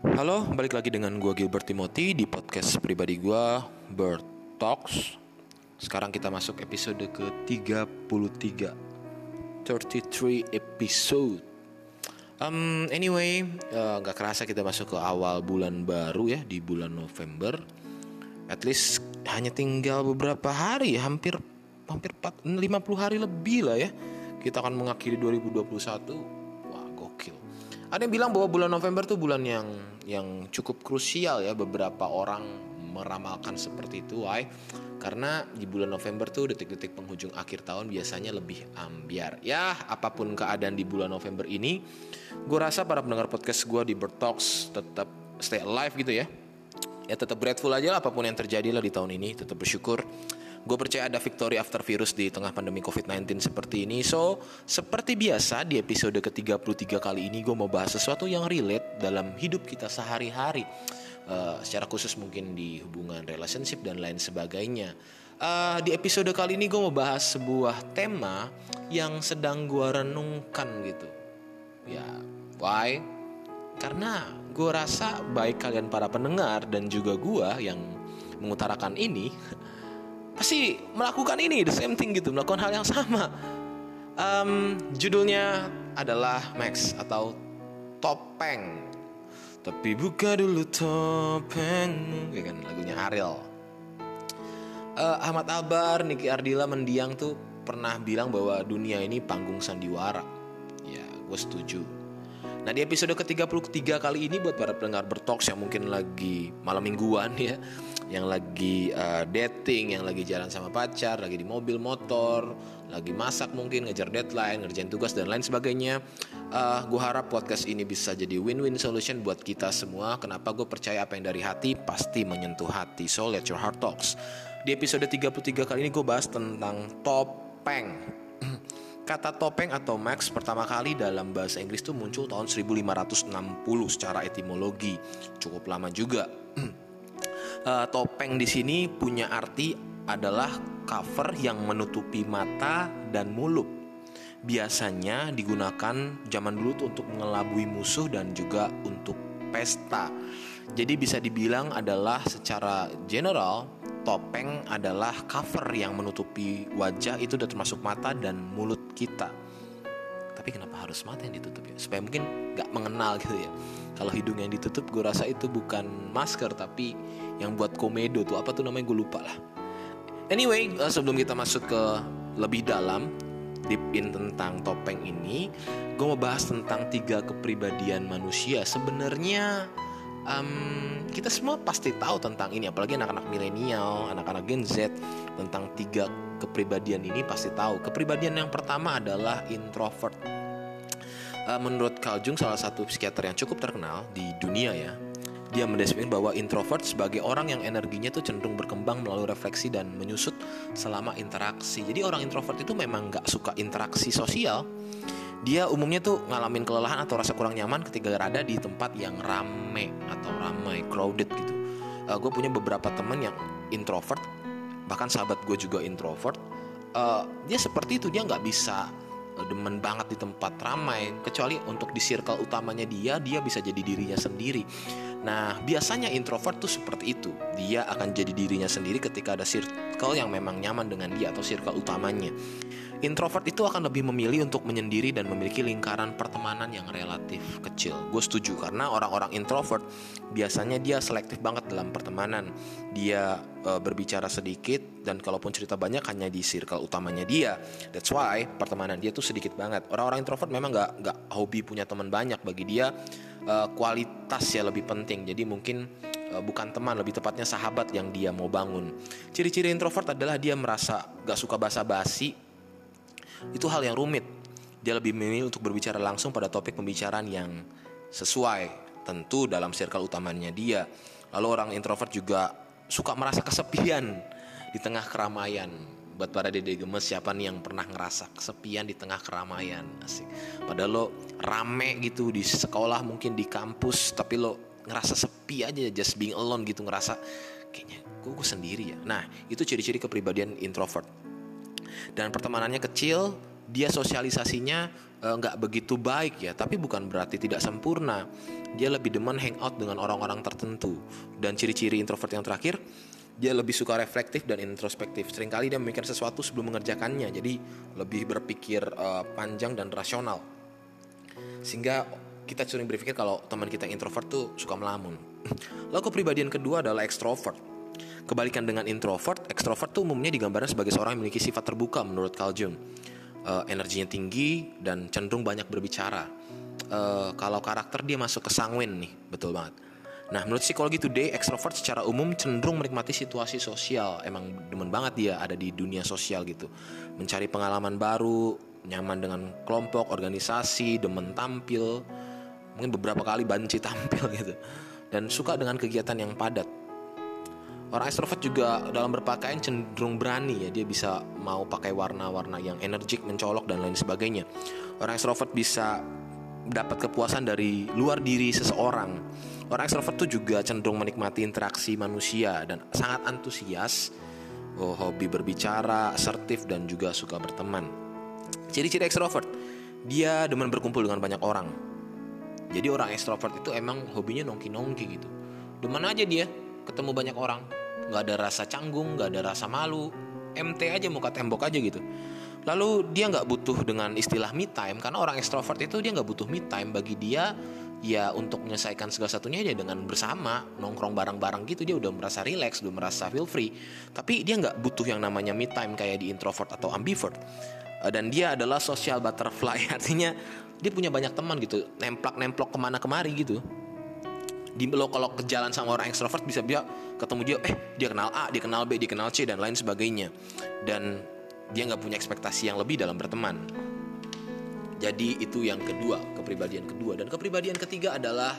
Halo, balik lagi dengan gue Gilbert Timothy di podcast pribadi gue, Bird Talks. Sekarang kita masuk episode ke-33 episode. Anyway, gak kerasa kita masuk ke awal bulan baru ya, di bulan November. At least hanya tinggal beberapa hari, hampir 50 hari lebih lah ya. Kita akan mengakhiri 2021. Gokil. Ada yang bilang bahwa bulan November tuh bulan yang cukup krusial ya. Beberapa orang meramalkan seperti itu. Why? Karena di bulan November tuh detik-detik penghujung akhir tahun biasanya lebih ambiar. Ya, apapun keadaan di bulan November ini, gue rasa para pendengar podcast gue di Bird Talks tetap stay alive gitu ya. Ya tetap grateful aja lah apapun yang terjadi lah di tahun ini. Tetap bersyukur. Gue percaya ada victory after virus di tengah pandemi COVID-19 seperti ini. So, seperti biasa di episode ke-33 kali ini gue mau bahas sesuatu yang relate dalam hidup kita sehari-hari. Secara khusus mungkin di hubungan relationship dan lain sebagainya. Di episode kali ini gue mau bahas sebuah tema yang sedang gue renungkan gitu. Ya, why? Karena gue rasa baik kalian para pendengar dan juga gue yang mengutarakan ini pasti melakukan ini, the same thing gitu, melakukan hal yang sama. Judulnya adalah Max atau Topeng. Tapi buka dulu topeng, ya kan lagunya Ariel. Ahmad Albar, Niki Ardila mendiang tuh pernah bilang bahwa dunia ini panggung sandiwara. Ya, gue setuju. Nah di episode ke-33 kali ini buat para pendengar Bertalks yang mungkin lagi malam mingguan ya, yang lagi dating, yang lagi jalan sama pacar, lagi di mobil motor, lagi masak mungkin, ngejar deadline, ngerjain tugas dan lain sebagainya. Gue harap podcast ini bisa jadi win-win solution buat kita semua. Kenapa? Gue percaya apa yang dari hati pasti menyentuh hati. So let your heart talks. Di episode 33 kali ini gue bahas tentang topeng. Kata topeng atau Max pertama kali dalam bahasa Inggris tuh muncul tahun 1560 secara etimologi. Cukup lama juga. Topeng di sini punya arti adalah cover yang menutupi mata dan mulut. Biasanya digunakan zaman dulu tuh untuk mengelabui musuh dan juga untuk pesta. Jadi bisa dibilang adalah secara general topeng adalah cover yang menutupi wajah, itu udah termasuk mata dan mulut kita. Tapi kenapa harus mata yang ditutup ya? Supaya mungkin gak mengenal gitu ya. Kalau hidung yang ditutup gue rasa itu bukan masker, tapi yang buat komedo tuh, apa tuh namanya gue lupa lah. Anyway, sebelum kita masuk ke lebih dalam, deep in tentang topeng ini, gue mau bahas tentang 3 kepribadian manusia. Sebenarnya kita semua pasti tahu tentang ini, apalagi anak-anak milenial, anak-anak Gen Z, tentang 3 kepribadian ini pasti tahu. Kepribadian yang pertama adalah introvert. Menurut Carl Jung, salah satu psikiater yang cukup terkenal di dunia ya, dia mendefinisikan bahwa introvert sebagai orang yang energinya tuh cenderung berkembang melalui refleksi dan menyusut selama interaksi. Jadi orang introvert itu memang gak suka interaksi sosial. Dia umumnya tuh ngalamin kelelahan atau rasa kurang nyaman ketika berada di tempat yang ramai, crowded gitu. Gue punya beberapa teman yang introvert, bahkan sahabat gue juga introvert. Dia seperti itu, dia nggak bisa demen banget di tempat ramai, kecuali untuk di circle utamanya dia bisa jadi dirinya sendiri. Nah biasanya introvert tuh seperti itu, dia akan jadi dirinya sendiri ketika ada circle yang memang nyaman dengan dia atau circle utamanya. Introvert itu akan lebih memilih untuk menyendiri dan memiliki lingkaran pertemanan yang relatif kecil. Gue setuju, karena orang-orang introvert biasanya dia selektif banget dalam pertemanan. Dia berbicara sedikit, dan kalaupun cerita banyak hanya di circle utamanya dia. That's why pertemanan dia tuh sedikit banget. Orang-orang introvert memang gak hobi punya teman banyak. Bagi dia kualitas ya lebih penting. Jadi mungkin bukan teman, lebih tepatnya sahabat yang dia mau bangun. Ciri-ciri introvert adalah dia merasa gak suka basa-basi. Itu hal yang rumit. Dia lebih memilih untuk berbicara langsung pada topik pembicaraan yang sesuai, tentu dalam circle utamanya dia. Lalu orang introvert juga suka merasa kesepian di tengah keramaian. Buat para dede gemes, siapa nih yang pernah ngerasa kesepian di tengah keramaian? Asik. Padahal lo rame gitu di sekolah, mungkin di kampus, tapi lo ngerasa sepi aja, just being alone gitu, ngerasa kayaknya gue sendiri ya. Nah itu ciri-ciri kepribadian introvert. Dan pertemanannya kecil, dia sosialisasinya nggak begitu baik ya, tapi bukan berarti tidak sempurna. dia lebih demen hangout dengan orang-orang tertentu. Dan ciri-ciri introvert yang terakhir, dia lebih suka reflektif dan introspektif. Seringkali dia memikirkan sesuatu sebelum mengerjakannya, jadi lebih berpikir panjang dan rasional. Sehingga kita sering berpikir kalau teman kita yang introvert tuh suka melamun. Lalu kepribadian kedua adalah extrovert. Kebalikan dengan introvert, extrovert tuh umumnya digambarkan sebagai seorang yang memiliki sifat terbuka menurut Carl Jung. Energinya tinggi dan cenderung banyak berbicara. Kalau karakter dia masuk ke sanguin nih, betul banget. Nah, menurut Psikologi Today, extrovert secara umum cenderung menikmati situasi sosial. Emang demen banget dia ada di dunia sosial gitu. Mencari pengalaman baru, nyaman dengan kelompok, organisasi, demen tampil. Mungkin beberapa kali banci tampil gitu. Dan suka dengan kegiatan yang padat. Orang extrovert juga dalam berpakaian cenderung berani ya. Dia bisa mau pakai warna-warna yang energik, mencolok dan lain sebagainya. Orang extrovert bisa dapat kepuasan dari luar diri seseorang. Orang extrovert tuh juga cenderung menikmati interaksi manusia dan sangat antusias, hobi berbicara, asertif dan juga suka berteman. Ciri-ciri extrovert, dia demen berkumpul dengan banyak orang. Jadi orang extrovert itu emang hobinya nongki-nongki gitu. Demen aja dia ketemu banyak orang, nggak ada rasa canggung, nggak ada rasa malu, MT aja muka tembok aja gitu. Lalu dia nggak butuh dengan istilah me time, karena orang extrovert itu dia nggak butuh me time. Bagi dia ya untuk menyelesaikan segala satunya dia dengan bersama, nongkrong bareng-bareng gitu, dia udah merasa relax, udah merasa feel free. Tapi dia nggak butuh yang namanya me time kayak di introvert atau ambivert. Dan dia adalah social butterfly, artinya dia punya banyak teman gitu, nemplok kemana kemari gitu. Kalau ke jalan sama orang extrovert bisa dia ketemu dia, dia kenal A, dia kenal B, dia kenal C dan lain sebagainya. Dan dia nggak punya ekspektasi yang lebih dalam berteman. Jadi itu yang kedua, kepribadian kedua. Dan kepribadian ketiga adalah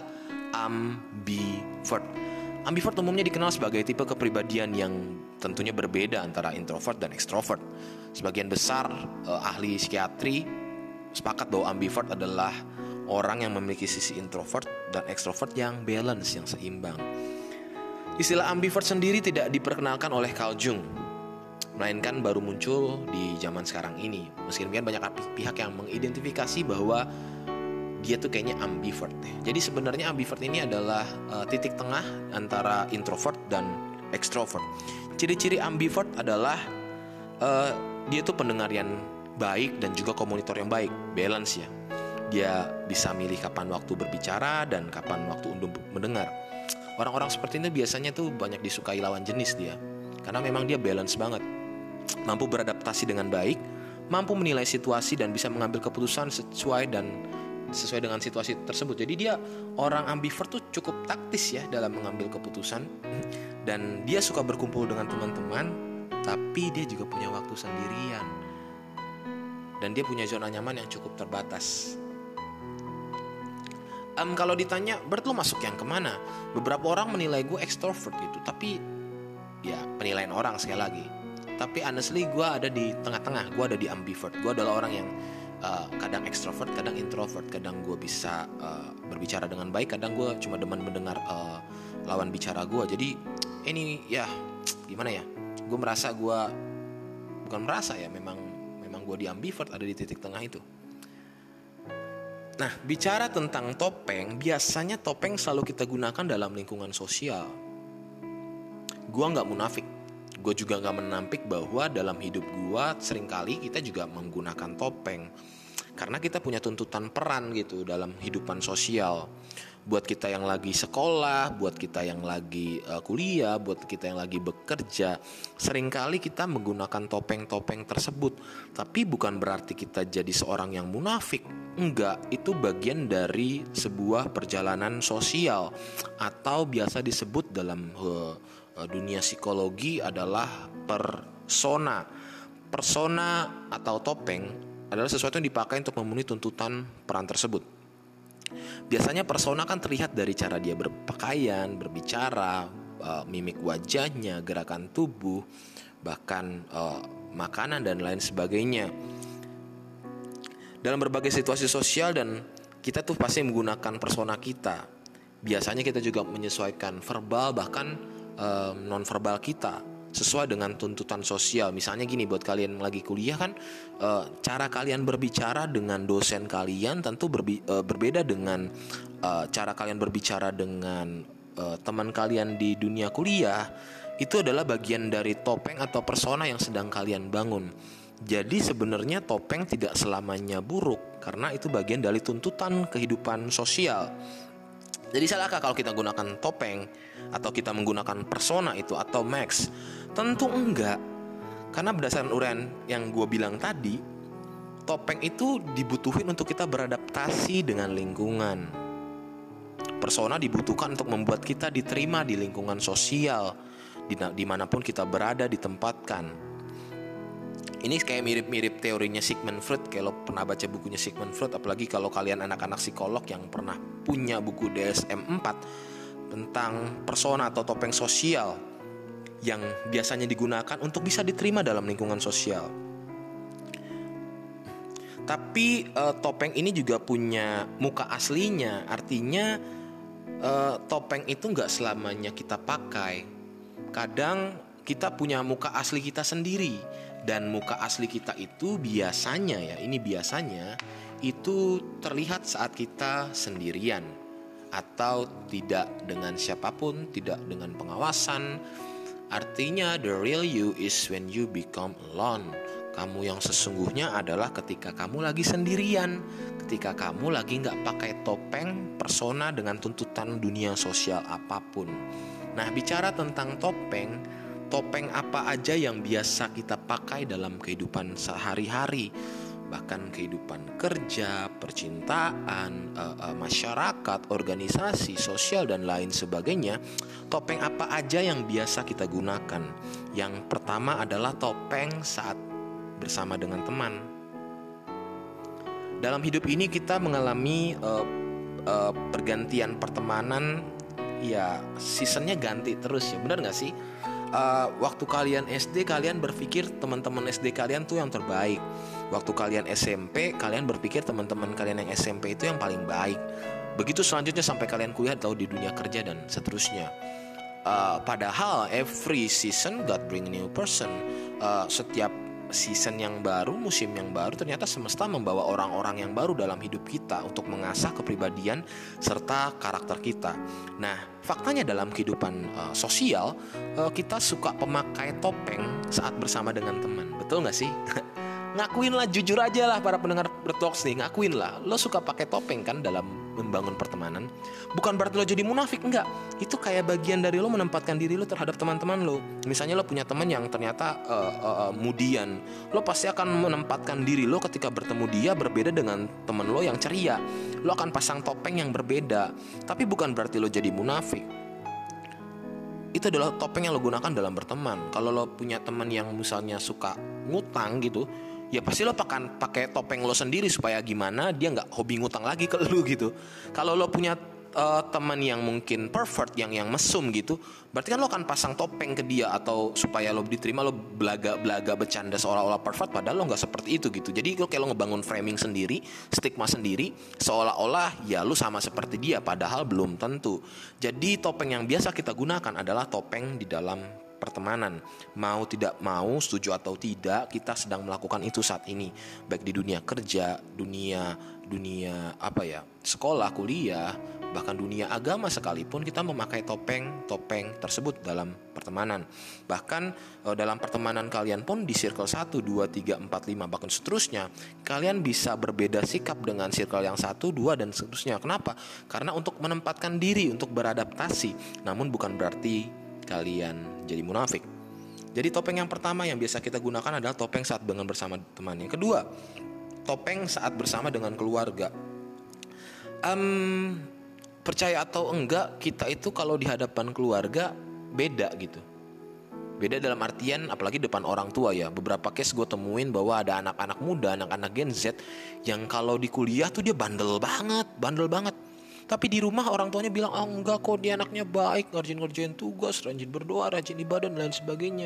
ambivert. Ambivert umumnya dikenal sebagai tipe kepribadian yang tentunya berbeda antara introvert dan extrovert. Sebagian besar ahli psikiatri sepakat bahwa ambivert adalah orang yang memiliki sisi introvert dan extrovert yang balance, yang seimbang. Istilah ambivert sendiri tidak diperkenalkan oleh Carl Jung, melainkan baru muncul di zaman sekarang ini. Meski demikian banyak pihak yang mengidentifikasi bahwa dia tuh kayaknya ambivert. Jadi sebenarnya ambivert ini adalah titik tengah antara introvert dan extrovert. Ciri-ciri ambivert adalah dia tuh pendengar yang baik dan juga komunitor yang baik, balance ya. Dia bisa milih kapan waktu berbicara dan kapan waktu untuk mendengar. Orang-orang seperti ini biasanya tuh banyak disukai lawan jenis dia, karena memang dia balance banget. Mampu beradaptasi dengan baik, mampu menilai situasi dan bisa mengambil keputusan sesuai dengan situasi tersebut. Jadi dia orang ambivert tuh cukup taktis ya dalam mengambil keputusan. Dan dia suka berkumpul dengan teman-teman, tapi dia juga punya waktu sendirian. Dan dia punya zona nyaman yang cukup terbatas. Kalau ditanya, Bert lo masuk yang kemana? Beberapa orang menilai gue extrovert gitu, tapi ya penilaian orang sekali lagi. Tapi honestly gue ada di tengah-tengah, gue ada di ambivert. Gue adalah orang yang kadang extrovert, kadang introvert. Kadang gue bisa berbicara dengan baik, kadang gue cuma demen mendengar lawan bicara gue. Jadi ini ya gimana ya, gue merasa gue bukan merasa ya, memang gue di ambivert, ada di titik tengah itu. Nah, bicara tentang topeng, biasanya topeng selalu kita gunakan dalam lingkungan sosial. Gue gak munafik, gue juga gak menampik bahwa dalam hidup gue seringkali kita juga menggunakan topeng. Karena kita punya tuntutan peran gitu dalam kehidupan sosial. Buat kita yang lagi sekolah, buat kita yang lagi kuliah, buat kita yang lagi bekerja, seringkali kita menggunakan topeng-topeng tersebut. Tapi bukan berarti kita jadi seorang yang munafik. Enggak, itu bagian dari sebuah perjalanan sosial, atau biasa disebut dalam dunia psikologi adalah persona. Persona atau topeng adalah sesuatu yang dipakai untuk memenuhi tuntutan peran tersebut. Biasanya persona kan terlihat dari cara dia berpakaian, berbicara, mimik wajahnya, gerakan tubuh, bahkan makanan dan lain sebagainya. Dalam berbagai situasi sosial dan kita tuh pasti menggunakan persona kita. Biasanya kita juga menyesuaikan verbal bahkan non-verbal kita sesuai dengan tuntutan sosial. Misalnya gini, buat kalian yang lagi kuliah kan, cara kalian berbicara dengan dosen kalian tentu berbeda dengan cara kalian berbicara dengan teman kalian di dunia kuliah. Itu adalah bagian dari topeng atau persona yang sedang kalian bangun. Jadi sebenarnya topeng tidak selamanya buruk, karena itu bagian dari tuntutan kehidupan sosial. Jadi salahkah kalau kita gunakan topeng atau kita menggunakan persona itu atau mask? Tentu enggak. Karena berdasarkan uraian yang gue bilang tadi, topeng itu dibutuhin untuk kita beradaptasi dengan lingkungan. Persona dibutuhkan untuk membuat kita diterima di lingkungan sosial, dimanapun kita berada ditempatkan. Ini kayak mirip-mirip teorinya Sigmund Freud. Kalau pernah baca bukunya Sigmund Freud, apalagi kalau kalian anak-anak psikolog yang pernah punya buku DSM-4 tentang persona atau topeng sosial yang biasanya digunakan untuk bisa diterima dalam lingkungan sosial. Tapi topeng ini juga punya muka aslinya. Artinya topeng itu gak selamanya kita pakai. Kadang kita punya muka asli kita sendiri. Dan muka asli kita itu biasanya itu terlihat saat kita sendirian, atau tidak dengan siapapun, tidak dengan pengawasan. Artinya the real you is when you become alone. Kamu yang sesungguhnya adalah ketika kamu lagi sendirian, ketika kamu lagi gak pakai topeng persona dengan tuntutan dunia sosial apapun. Nah, bicara tentang topeng apa aja yang biasa kita pakai dalam kehidupan sehari-hari, bahkan kehidupan kerja, percintaan, masyarakat, organisasi, sosial, dan lain sebagainya. Topeng apa aja yang biasa kita gunakan? Yang pertama adalah topeng saat bersama dengan teman. Dalam hidup ini kita mengalami pergantian pertemanan, ya seasonnya ganti terus ya, benar gak sih? Waktu kalian SD, kalian berpikir teman-teman SD kalian tuh yang terbaik. Waktu kalian SMP, kalian berpikir teman-teman kalian yang SMP itu yang paling baik. Begitu selanjutnya sampai kalian kuliah atau di dunia kerja dan seterusnya. Padahal every season God bring new person. Setiap season yang baru, musim yang baru, ternyata semesta membawa orang-orang yang baru dalam hidup kita untuk mengasah kepribadian serta karakter kita. Nah, faktanya dalam kehidupan sosial, kita suka pemakai topeng saat bersama dengan teman. Betul gak sih? Ngakuin lah, jujur aja lah para pendengar Bertalks nih, ngakuin lah, lo suka pakai topeng kan dalam membangun pertemanan. Bukan berarti lo jadi munafik, enggak. Itu kayak bagian dari lo menempatkan diri lo terhadap teman-teman lo. Misalnya lo punya teman yang ternyata mudian, lo pasti akan menempatkan diri lo ketika bertemu dia berbeda dengan teman lo yang ceria. Lo akan pasang topeng yang berbeda. Tapi bukan berarti lo jadi munafik. Itu adalah topeng yang lo gunakan dalam berteman. Kalau lo punya teman yang misalnya suka ngutang gitu, ya pasti lo pakai topeng lo sendiri supaya gimana dia nggak hobi ngutang lagi ke lo gitu. Kalau lo punya teman yang mungkin pervert, yang mesum gitu, berarti kan lo akan pasang topeng ke dia, atau supaya lo diterima lo belaga bercanda seolah-olah pervert, padahal lo nggak seperti itu gitu. Jadi lo kayak lo ngebangun framing sendiri, stigma sendiri, seolah-olah ya lo sama seperti dia, padahal belum tentu. Jadi topeng yang biasa kita gunakan adalah topeng di dalam pertemanan. Mau tidak mau, setuju atau tidak, kita sedang melakukan itu saat ini, baik di dunia kerja, dunia sekolah, kuliah, bahkan dunia agama sekalipun, kita memakai topeng tersebut dalam pertemanan. Bahkan dalam pertemanan kalian pun di circle 1, 2, 3, 4, 5 bahkan seterusnya, kalian bisa berbeda sikap dengan circle yang 1, 2 dan seterusnya. Kenapa? Karena untuk menempatkan diri, untuk beradaptasi. Namun bukan berarti kalian jadi munafik. Jadi topeng yang pertama yang biasa kita gunakan adalah topeng saat dengan bersama teman. Yang kedua, topeng saat bersama dengan keluarga. Percaya atau enggak, kita itu kalau di hadapan keluarga beda gitu. Beda dalam artian apalagi depan orang tua ya. Beberapa case gue temuin bahwa ada anak-anak muda, anak-anak Gen Z yang kalau di kuliah tuh dia bandel banget. Tapi di rumah orang tuanya bilang, oh enggak kok, dia anaknya baik, ngerjain tugas, rajin berdoa, rajin ibadah dan lain sebagainya.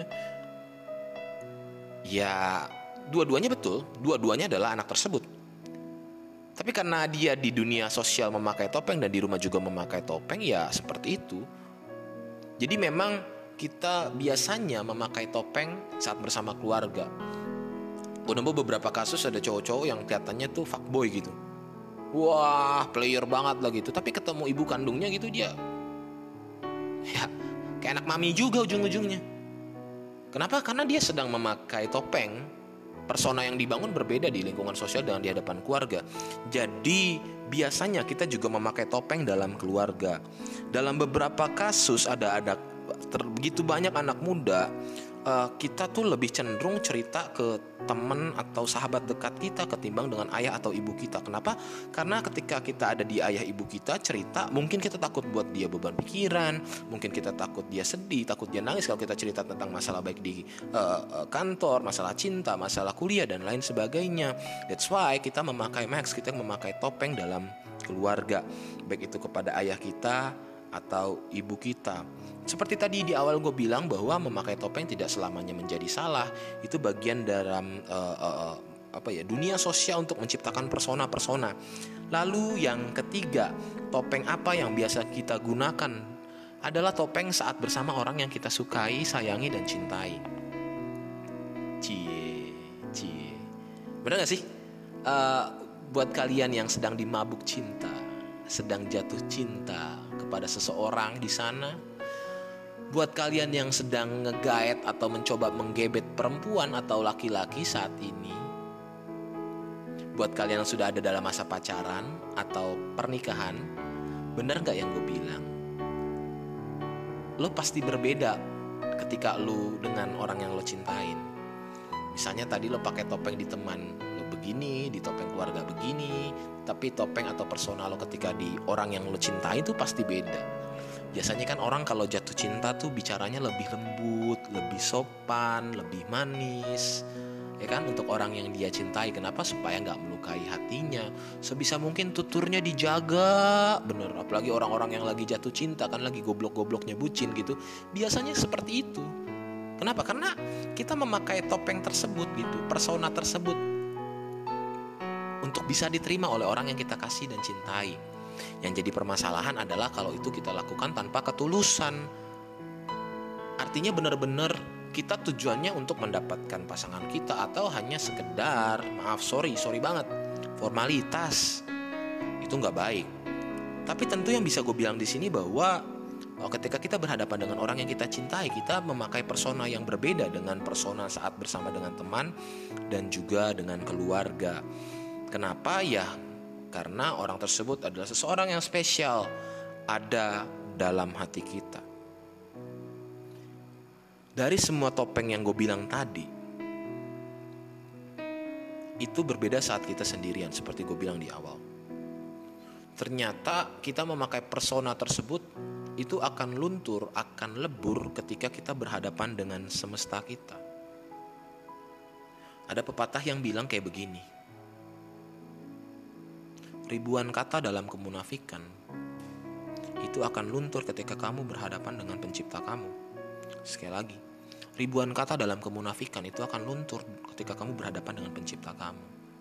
Ya dua-duanya betul, dua-duanya adalah anak tersebut. Tapi karena dia di dunia sosial memakai topeng dan di rumah juga memakai topeng, ya seperti itu. Jadi memang kita biasanya memakai topeng saat bersama keluarga. Gue nemu beberapa kasus ada cowok-cowok yang kelihatannya tuh fuckboy gitu. Wah, player banget lah gitu. Tapi ketemu ibu kandungnya gitu dia, ya kayak anak mami juga ujung-ujungnya. Kenapa? Karena dia sedang memakai topeng. Persona yang dibangun berbeda di lingkungan sosial dengan di hadapan keluarga. Jadi biasanya kita juga memakai topeng dalam keluarga. Dalam beberapa kasus ada begitu banyak anak muda, kita tuh lebih cenderung cerita ke teman atau sahabat dekat kita ketimbang dengan ayah atau ibu kita. Kenapa? Karena ketika kita ada di ayah ibu kita cerita, mungkin kita takut buat dia beban pikiran, mungkin kita takut dia sedih, takut dia nangis kalau kita cerita tentang masalah baik di kantor, masalah cinta, masalah kuliah dan lain sebagainya. That's why kita memakai mask, kita memakai topeng dalam keluarga, baik itu kepada ayah kita atau ibu kita. Seperti tadi di awal gue bilang bahwa memakai topeng tidak selamanya menjadi salah. Itu bagian dalam dunia sosial untuk menciptakan persona-persona. Lalu yang ketiga, topeng apa yang biasa kita gunakan adalah topeng saat bersama orang yang kita sukai, sayangi, dan cintai. Cie. Bener gak sih? Buat kalian yang sedang dimabuk cinta, sedang jatuh cinta kepada seseorang di sana, buat kalian yang sedang ngegaet atau mencoba menggebet perempuan atau laki-laki saat ini, buat kalian yang sudah ada dalam masa pacaran atau pernikahan, bener gak yang gue bilang? Lo pasti berbeda ketika lo dengan orang yang lo cintain. Misalnya tadi lo pakai topeng di teman lo begini, di topeng keluarga begini, tapi topeng atau persona lo ketika di orang yang lo cintai itu pasti beda. Biasanya kan orang kalau jatuh cinta tuh bicaranya lebih lembut, lebih sopan, lebih manis, ya kan, untuk orang yang dia cintai. Kenapa? Supaya nggak melukai hatinya. Sebisa mungkin tuturnya dijaga, bener. Apalagi orang-orang yang lagi jatuh cinta kan, lagi goblok-gobloknya bucin gitu. Biasanya seperti itu. Kenapa? Karena kita memakai topeng tersebut gitu, persona tersebut, untuk bisa diterima oleh orang yang kita kasih dan cintai. Yang jadi permasalahan adalah kalau itu kita lakukan tanpa ketulusan. Artinya benar-benar kita tujuannya untuk mendapatkan pasangan kita, atau hanya sekedar, sorry banget, formalitas. Itu nggak baik. Tapi tentu yang bisa gue bilang di sini bahwa ketika kita berhadapan dengan orang yang kita cintai, kita memakai persona yang berbeda dengan persona saat bersama dengan teman dan juga dengan keluarga. Kenapa? Ya karena orang tersebut adalah seseorang yang spesial, ada dalam hati kita. Dari semua topeng yang gue bilang tadi, itu berbeda saat kita sendirian, seperti gue bilang di awal. Ternyata kita memakai persona tersebut itu akan luntur, akan lebur ketika kita berhadapan dengan semesta kita. Ada pepatah yang bilang kayak begini: ribuan kata dalam kemunafikan itu akan luntur ketika kamu berhadapan dengan pencipta kamu. Sekali lagi, ribuan kata dalam kemunafikan itu akan luntur ketika kamu berhadapan dengan pencipta kamu.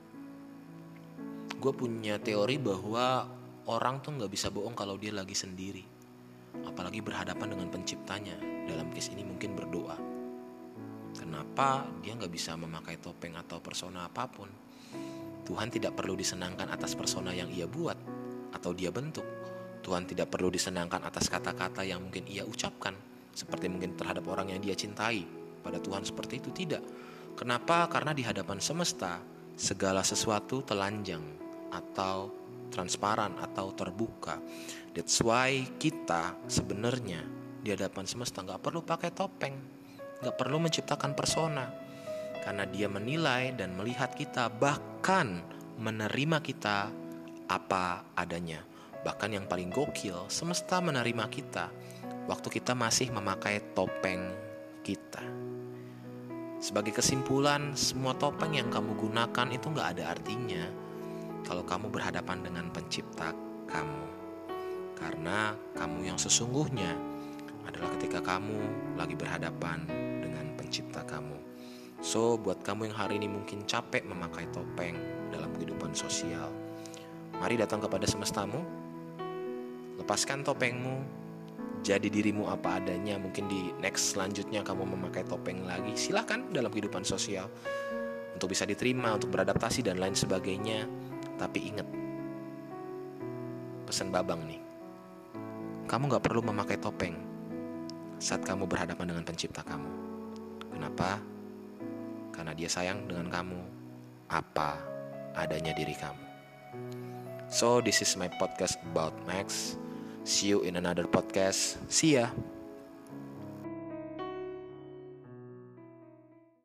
Gue punya teori bahwa orang tuh gak bisa bohong kalau dia lagi sendiri, apalagi berhadapan dengan penciptanya. Dalam case ini mungkin berdoa. Kenapa dia gak bisa memakai topeng atau persona apapun? Tuhan tidak perlu disenangkan atas persona yang ia buat atau dia bentuk. Tuhan tidak perlu disenangkan atas kata-kata yang mungkin ia ucapkan, seperti mungkin terhadap orang yang dia cintai. Pada Tuhan seperti itu tidak. Kenapa? Karena di hadapan semesta segala sesuatu telanjang atau transparan atau terbuka. That's why kita sebenarnya di hadapan semesta gak perlu pakai topeng, gak perlu menciptakan persona. Karena dia menilai dan melihat kita, bahkan menerima kita apa adanya. Bahkan yang paling gokil, semesta menerima kita waktu kita masih memakai topeng kita. Sebagai kesimpulan, semua topeng yang kamu gunakan itu gak ada artinya kalau kamu berhadapan dengan pencipta kamu. Karena kamu yang sesungguhnya adalah ketika kamu lagi berhadapan dengan pencipta kamu. So, buat kamu yang hari ini mungkin capek memakai topeng dalam kehidupan sosial, mari datang kepada semestamu, lepaskan topengmu, jadi dirimu apa adanya. Mungkin di next selanjutnya kamu memakai topeng lagi, silakan dalam kehidupan sosial untuk bisa diterima, untuk beradaptasi dan lain sebagainya. Tapi ingat, pesan Babang nih, kamu gak perlu memakai topeng saat kamu berhadapan dengan pencipta kamu. Kenapa? Karena dia sayang dengan kamu apa adanya diri kamu. So this is my podcast about Max. See you in another podcast. See ya.